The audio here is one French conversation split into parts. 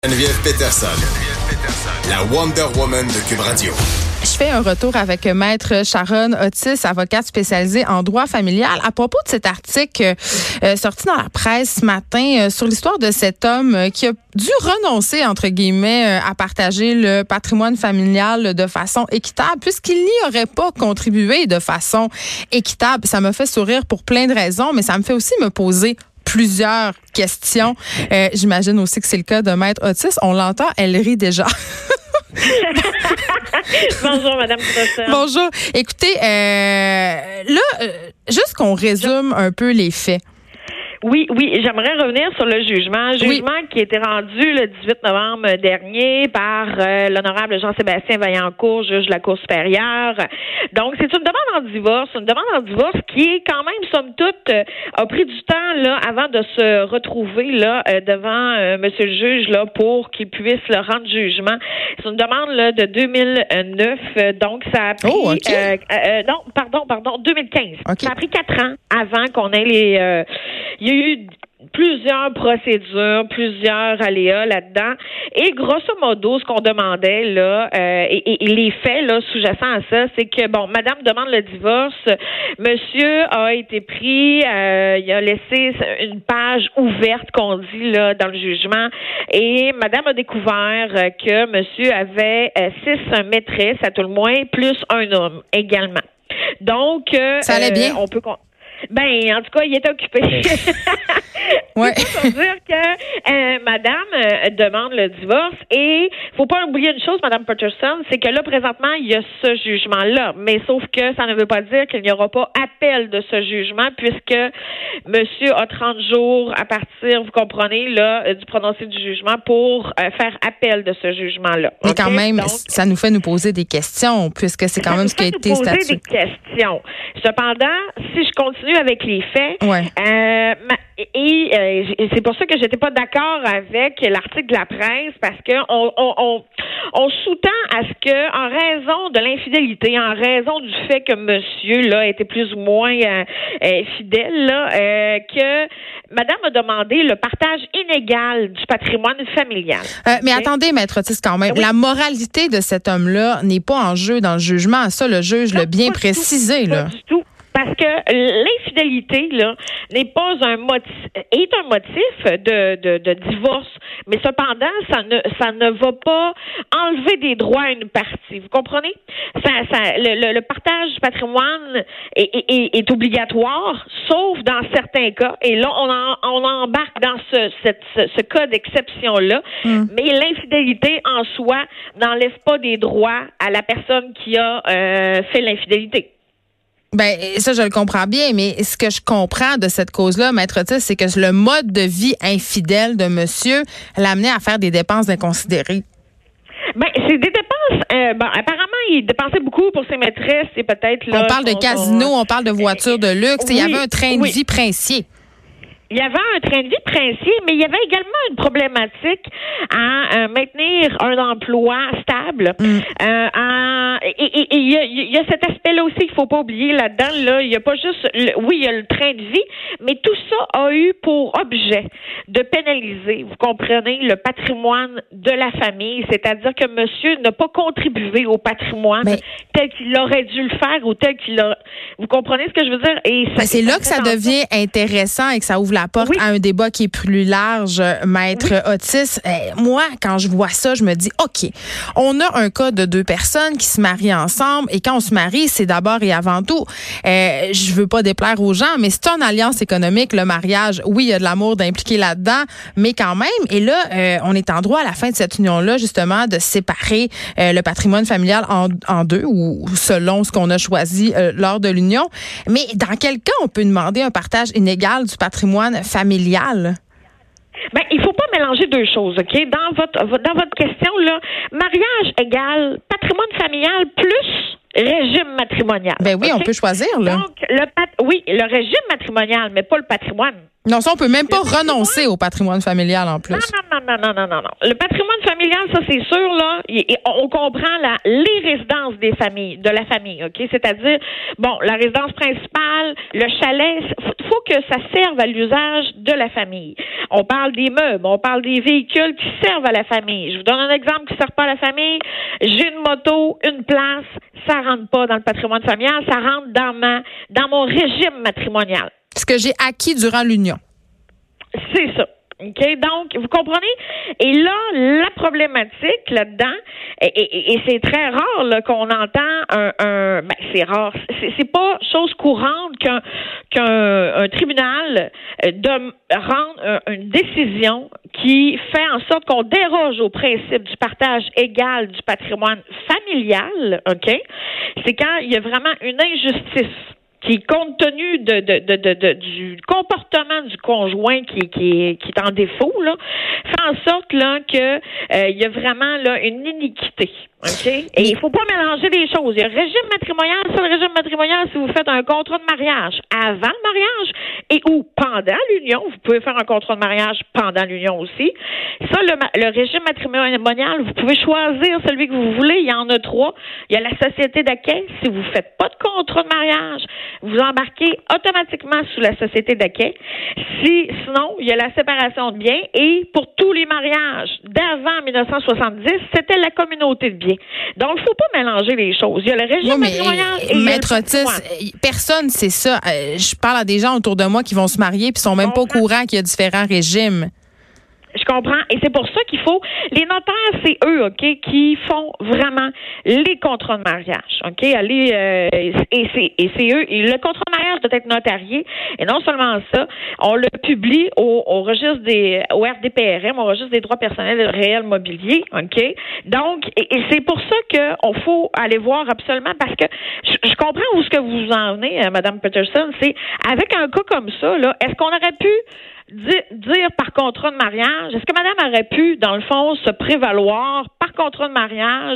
Geneviève Peterson, la Wonder Woman de Cube Radio. Je fais un retour avec Maître Sharon Otis, avocate spécialisée en droit familial, à propos de cet article sorti dans la presse ce matin sur l'histoire de cet homme qui a dû renoncer, entre guillemets, à partager le patrimoine familial de façon équitable, puisqu'il n'y aurait pas contribué de façon équitable. Ça me fait sourire pour plein de raisons, mais ça me fait aussi me poser plusieurs questions. J'imagine aussi que c'est le cas de Maître Otis. On l'entend, elle rit déjà. Bonjour, Madame Peterson. Bonjour. Écoutez, juste qu'on résume un peu les faits. Oui, j'aimerais revenir sur le jugement. Jugement qui a été rendu le 18 novembre dernier par l'honorable Jean-Sébastien Vaillancourt, juge de la Cour supérieure. Donc, c'est une demande en divorce, qui est quand même, somme toute, a pris du temps là avant de se retrouver là devant monsieur le juge là pour qu'il puisse le rendre jugement. C'est une demande là de 2009, donc ça a pris 2015. Okay. Ça a pris 4 ans avant qu'on ait les il y a eu plusieurs procédures, plusieurs aléas là-dedans. Et grosso modo, ce qu'on demandait là, et les faits là sous-jacents à ça, c'est que bon, Madame demande le divorce, Monsieur a été pris, il a laissé une page ouverte qu'on dit là dans le jugement, et Madame a découvert que Monsieur avait 6 maîtresses à tout le moins, plus un homme également. Donc, ça allait bien. On peut en tout cas, il était occupé. Ouais. Ça veut dire que Madame demande le divorce et faut pas oublier une chose, Madame Peterson, c'est que là, présentement, il y a ce jugement-là. Mais sauf que ça ne veut pas dire qu'il n'y aura pas appel de ce jugement puisque Monsieur a 30 jours à partir, vous comprenez, là, du prononcé du jugement pour faire appel de ce jugement-là. Mais quand même, donc, ça nous fait nous poser des questions puisque c'est quand même ce qui a été statué. Ça nous fait nous poser des questions. Cependant, si je continue avec les faits, ouais. C'est pour ça que j'étais pas d'accord avec l'article de la presse parce que on sous-tend à ce que, en raison de l'infidélité, en raison du fait que monsieur là était plus ou moins fidèle là, que Madame a demandé le partage inégal du patrimoine familial. Mais attendez, Maître Otis, quand même, oui. La moralité de cet homme-là n'est pas en jeu dans le jugement. Ça, le juge l'a bien précisé là. Pas du tout. Parce que l'infidélité là n'est pas un motif de divorce, mais cependant ça ne va pas enlever des droits à une partie. Vous comprenez? Le partage du patrimoine est obligatoire, sauf dans certains cas. Et là on embarque dans ce cas d'exception là. Mais l'infidélité en soi n'enlève pas des droits à la personne qui a fait l'infidélité. Ben, ça, je le comprends bien, mais ce que je comprends de cette cause-là, Maître Otis, c'est que le mode de vie infidèle de monsieur l'amenait à faire des dépenses inconsidérées. Ben, c'est des dépenses. Apparemment, il dépensait beaucoup pour ses maîtresses et peut-être là. On parle de casino, on parle de voitures de luxe. Oui, il y avait un train de vie princier. Il y avait un train de vie princier, mais il y avait également une problématique à maintenir un emploi stable. Il y a cet aspect-là aussi qu'il faut pas oublier là-dedans. Là, il y a pas juste, il y a le train de vie, mais tout ça a eu pour objet de pénaliser, vous comprenez, le patrimoine de la famille. C'est-à-dire que monsieur n'a pas contribué au patrimoine tel qu'il aurait dû le faire ou tel qu'il a. Vous comprenez ce que je veux dire? Et c'est là que ça devient intéressant et que ça ouvre la porte à un débat qui est plus large, Maître Otis. Moi, quand je vois ça, je me dis, OK, on a un cas de 2 personnes qui se marient ensemble et quand on se marie, c'est d'abord et avant tout, je veux pas déplaire aux gens, mais c'est une alliance économique, le mariage. Oui, il y a de l'amour d'impliquer là-dedans, mais quand même, et là, on est en droit à la fin de cette union-là, justement, de séparer le patrimoine familial en 2 ou selon ce qu'on a choisi lors de l'union. Mais dans quel cas on peut demander un partage inégal du patrimoine familial? Ben, il faut pas mélanger 2 choses, OK? Dans votre question, là, mariage égale patrimoine familial plus régime matrimonial. Ben oui, okay? On peut choisir, là. Donc, le régime matrimonial, mais pas le patrimoine. Non, ça, on peut même pas renoncer au patrimoine familial en plus. Non. Le patrimoine familial familial, ça c'est sûr, là, on comprend les résidences de la famille, OK? C'est-à-dire, bon, la résidence principale, le chalet, faut que ça serve à l'usage de la famille. On parle des meubles, on parle des véhicules qui servent à la famille. Je vous donne un exemple qui ne sert pas à la famille. J'ai une moto, une place, ça rentre pas dans le patrimoine familial, ça rentre dans mon régime matrimonial. Ce que j'ai acquis durant l'union. C'est ça. OK? Donc, vous comprenez? Et là, la problématique là-dedans, et c'est très rare là, qu'on entend c'est rare. C'est pas chose courante qu'un tribunal rende une décision qui fait en sorte qu'on déroge au principe du partage égal du patrimoine familial, OK? C'est quand il y a vraiment une injustice qui, compte tenu du comportement du conjoint qui est en défaut, là, fait en sorte là que il y a vraiment là une iniquité. OK? Et il faut pas mélanger les choses. Il y a le régime matrimonial, ça, le régime matrimonial, si vous faites un contrat de mariage avant le mariage et ou pendant l'union, vous pouvez faire un contrat de mariage pendant l'union aussi. Ça, le régime matrimonial, vous pouvez choisir celui que vous voulez. Il y en a 3. Il y a la société d'accueil. Si vous faites pas de contrat de mariage, vous embarquez automatiquement sous la société d'accueil. Sinon, il y a la séparation de biens et pour tous les mariages d'avant 1970, c'était la communauté de biens. Donc, il ne faut pas mélanger les choses. Il y a le régime matrimonial et Maître Otis, personne sait ça. Je parle à des gens autour de moi qui vont se marier puis sont même pas au courant qu'il y a différents régimes. Je comprends. Et c'est pour ça qu'il faut... Les notaires, c'est eux, OK, qui font vraiment les contrats de mariage, OK? Et c'est eux. Et le contrat de mariage doit être notarié. Et non seulement ça, on le publie au registre au RDPRM, au registre des droits personnels et réels mobiliers, OK? Donc, et c'est pour ça qu'on faut aller voir absolument, parce que je comprends où ce que vous en venez, Mme Peterson, c'est avec un cas comme ça, là, est-ce qu'on aurait pu dire par contrat de mariage, est-ce que madame aurait pu, dans le fond, se prévaloir par contrat de mariage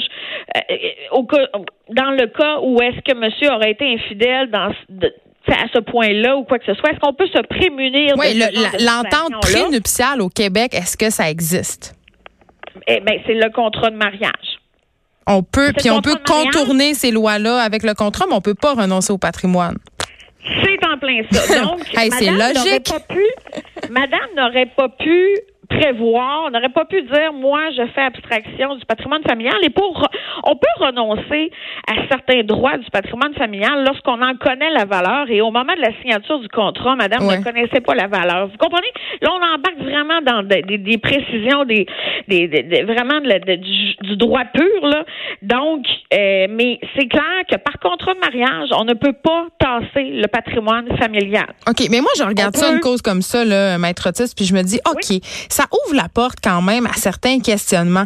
dans le cas où est-ce que monsieur aurait été infidèle à ce point-là ou quoi que ce soit? Est-ce qu'on peut se prémunir de l'entente prénuptiale au Québec, est-ce que ça existe? Eh bien, c'est le contrat de mariage. On peut contourner ces lois-là avec le contrat, mais on peut pas renoncer au patrimoine. C'est en plein ça. Donc, c'est logique. Madame n'aurait pas pu prévoir, n'aurait pas pu dire, moi, je fais abstraction du patrimoine familial. Et on peut renoncer à certains droits du patrimoine familial lorsqu'on en connaît la valeur. Et au moment de la signature du contrat, madame ne connaissait pas la valeur. Vous comprenez? Là, on embarque vraiment dans des précisions, vraiment du droit pur, là. Donc, mais c'est clair que par contrat de mariage, on ne peut pas tasser le patrimoine familial. OK, mais moi, je regarde une cause comme ça, là, Maître Otis, puis je me dis, OK, ça ouvre la porte quand même à certains questionnements.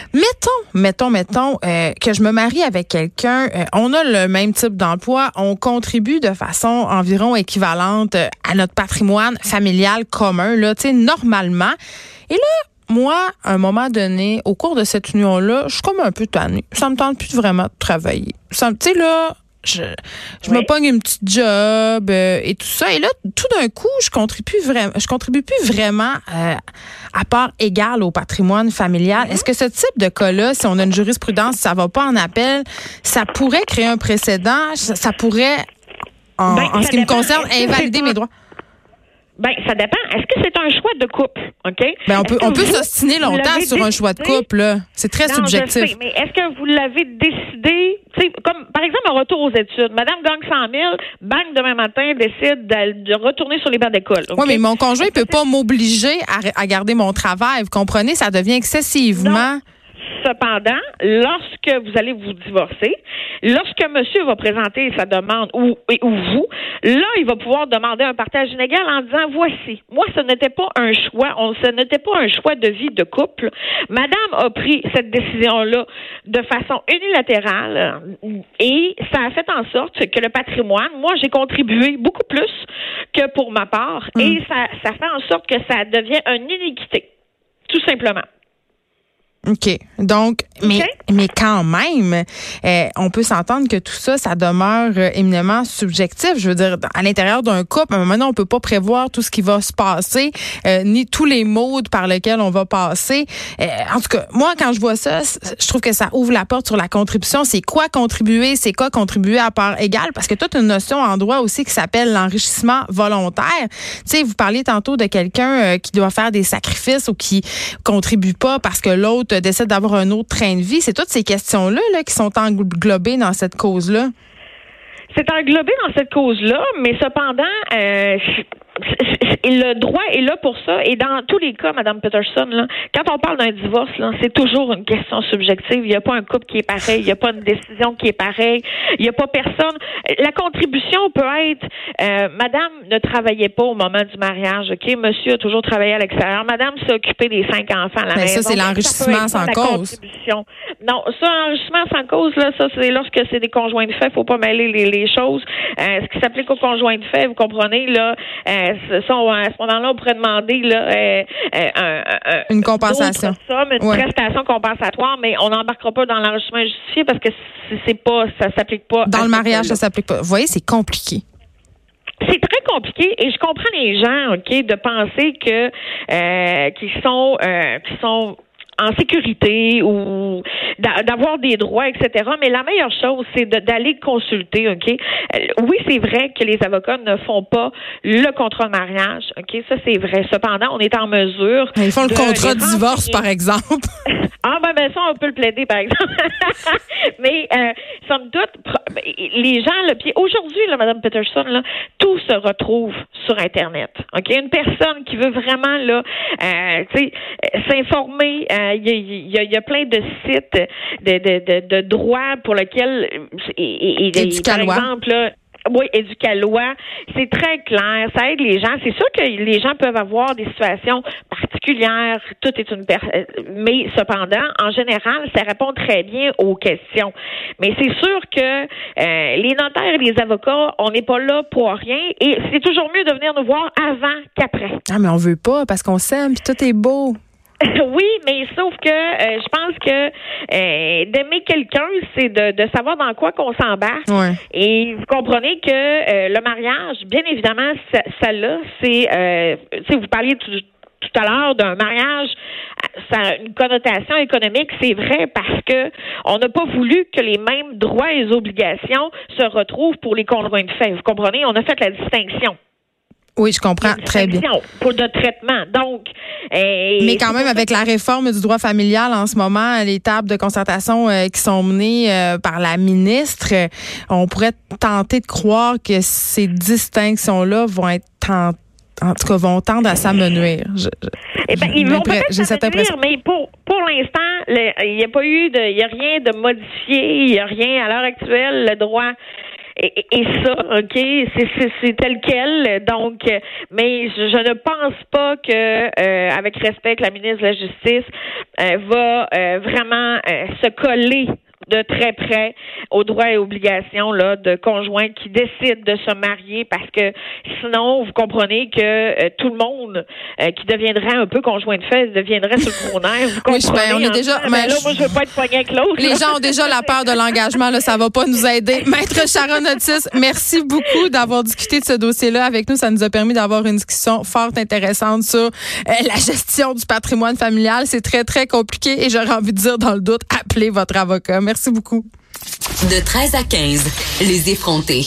Mettons que je me marie avec quelqu'un, on a le même type d'emploi, on contribue de façon environ équivalente à notre patrimoine familial commun, là, tu sais, normalement. Et là, moi, à un moment donné, au cours de cette union-là, je suis comme un peu tannée. Ça me tente plus vraiment de travailler. Tu sais, là, je me pogne une petite job et tout ça. Et là, tout d'un coup, je contribue plus vraiment à part égale au patrimoine familial. Est-ce que ce type de cas-là, si on a une jurisprudence, ça va pas en appel, ça pourrait créer un précédent, ça pourrait, en ce qui me concerne, invalider mes droits? Ben, ça dépend. Est-ce que c'est un choix de couple, OK? Ben, on peut s'ostiner longtemps sur un choix de couple, là. C'est très subjectif. Je sais, mais est-ce que vous l'avez décidé, tu sais, comme, par exemple, un retour aux études. Madame gagne 100 000, bang, demain matin, décide de retourner sur les bancs d'école. Okay? Oui, mais mon conjoint ne peut pas m'obliger à garder mon travail. Vous comprenez? Ça devient excessivement... Non. Cependant, lorsque vous allez vous divorcer, lorsque monsieur va présenter sa demande ou vous, là, il va pouvoir demander un partage inégal en disant, voici, moi, ce n'était pas un choix, ce n'était pas un choix de vie de couple. Madame a pris cette décision-là de façon unilatérale et ça a fait en sorte que le patrimoine, moi, j'ai contribué beaucoup plus que pour ma part et ça fait en sorte que ça devient une iniquité, tout simplement. OK. Donc, mais quand même, on peut s'entendre que tout ça, ça demeure éminemment subjectif. Je veux dire, à l'intérieur d'un couple, maintenant, on peut pas prévoir tout ce qui va se passer, ni tous les modes par lesquels on va passer. En tout cas, moi, quand je vois ça, je trouve que ça ouvre la porte sur la contribution. C'est quoi contribuer? C'est quoi contribuer à part égale? Parce que toute une notion en droit aussi qui s'appelle l'enrichissement volontaire. Tu sais, vous parliez tantôt de quelqu'un qui doit faire des sacrifices ou qui contribue pas parce que l'autre décide d'avoir un autre train de vie. C'est toutes ces questions-là là, qui sont englobées dans cette cause-là. C'est englobé dans cette cause-là, mais cependant, le droit est là pour ça. Et dans tous les cas, Mme Peterson, là, quand on parle d'un divorce, là, c'est toujours une question subjective. Il n'y a pas un couple qui est pareil. Il n'y a pas une décision qui est pareille. Il n'y a pas personne. La contribution peut être Madame ne travaillait pas au moment du mariage. OK? Monsieur a toujours travaillé à l'extérieur. Madame s'est occupée des 5 enfants à la maison. Ça, c'est l'enrichissement sans cause. Non, ça, l'enrichissement sans cause, là, ça, c'est lorsque c'est des conjoints de fait. Il ne faut pas mêler les choses. Ce qui s'applique aux conjoints de fait, vous comprenez, là, à ce moment-là, on pourrait demander là, une compensation, une prestation compensatoire, mais on n'embarquera pas dans l'enrichissement injustifié parce que ça s'applique pas. Dans le mariage, ça s'applique pas. Vous voyez, c'est compliqué. C'est très compliqué et je comprends les gens, OK, de penser que qu'ils sont en sécurité ou d'avoir des droits, etc. Mais la meilleure chose, c'est d'aller consulter, OK? Oui, c'est vrai que les avocats ne font pas le contrat de mariage, OK? Ça, c'est vrai. Cependant, on est en mesure... Ils font le contrat de divorce, par exemple. Ben ça, on peut le plaider, par exemple. Mais, somme toute, les gens, là, puis aujourd'hui, là, Mme Peterson, là, tout se retrouve sur Internet, OK? Une personne qui veut vraiment, là, s'informer, il y a plein de sites de droits pour lesquels, par exemple, là, oui, Éducalois, c'est très clair, ça aide les gens. C'est sûr que les gens peuvent avoir des situations particulières, tout est mais cependant, en général, ça répond très bien aux questions. Mais c'est sûr que les notaires et les avocats, on n'est pas là pour rien et c'est toujours mieux de venir nous voir avant qu'après. Ah, mais on veut pas parce qu'on s'aime puis tout est beau. Oui, mais sauf que je pense que d'aimer quelqu'un, c'est de savoir dans quoi qu'on s'embarque. Ouais. Et vous comprenez que le mariage, bien évidemment, ça là, c'est vous parliez tout à l'heure d'un mariage, ça a une connotation économique, c'est vrai, parce que on n'a pas voulu que les mêmes droits et obligations se retrouvent pour les conjoints de fait. Vous comprenez? On a fait la distinction. Oui, je comprends très bien. Pour de traitement. Donc, mais quand même, avec la réforme du droit familial en ce moment, les tables de concertation qui sont menées par la ministre, on pourrait tenter de croire que ces distinctions-là vont être en tout cas, vont tendre à s'amenuire. Ils vont peut-être s'amenuire, mais pour l'instant, il n'y a pas eu il n'y a rien de modifié, il n'y a rien à l'heure actuelle, le droit. Et ça, OK, c'est tel quel. Donc, mais je ne pense pas que, avec respect, que la ministre de la Justice va vraiment se coller de très près aux droits et obligations là de conjoints qui décident de se marier parce que sinon vous comprenez que tout le monde qui deviendrait un peu conjoint de fait deviendrait sur le gros nerf. Vous comprenez, on est déjà moi je veux pas être poignée avec l'autre. Les gens ont déjà la peur de l'engagement là, ça va pas nous aider. Maître Sharon Otis, merci beaucoup d'avoir discuté de ce dossier-là avec nous, ça nous a permis d'avoir une discussion fort intéressante sur la gestion du patrimoine familial, c'est très très compliqué et j'aurais envie de dire dans le doute, appelez votre avocat. Merci beaucoup. De 13 à 15, les effrontés.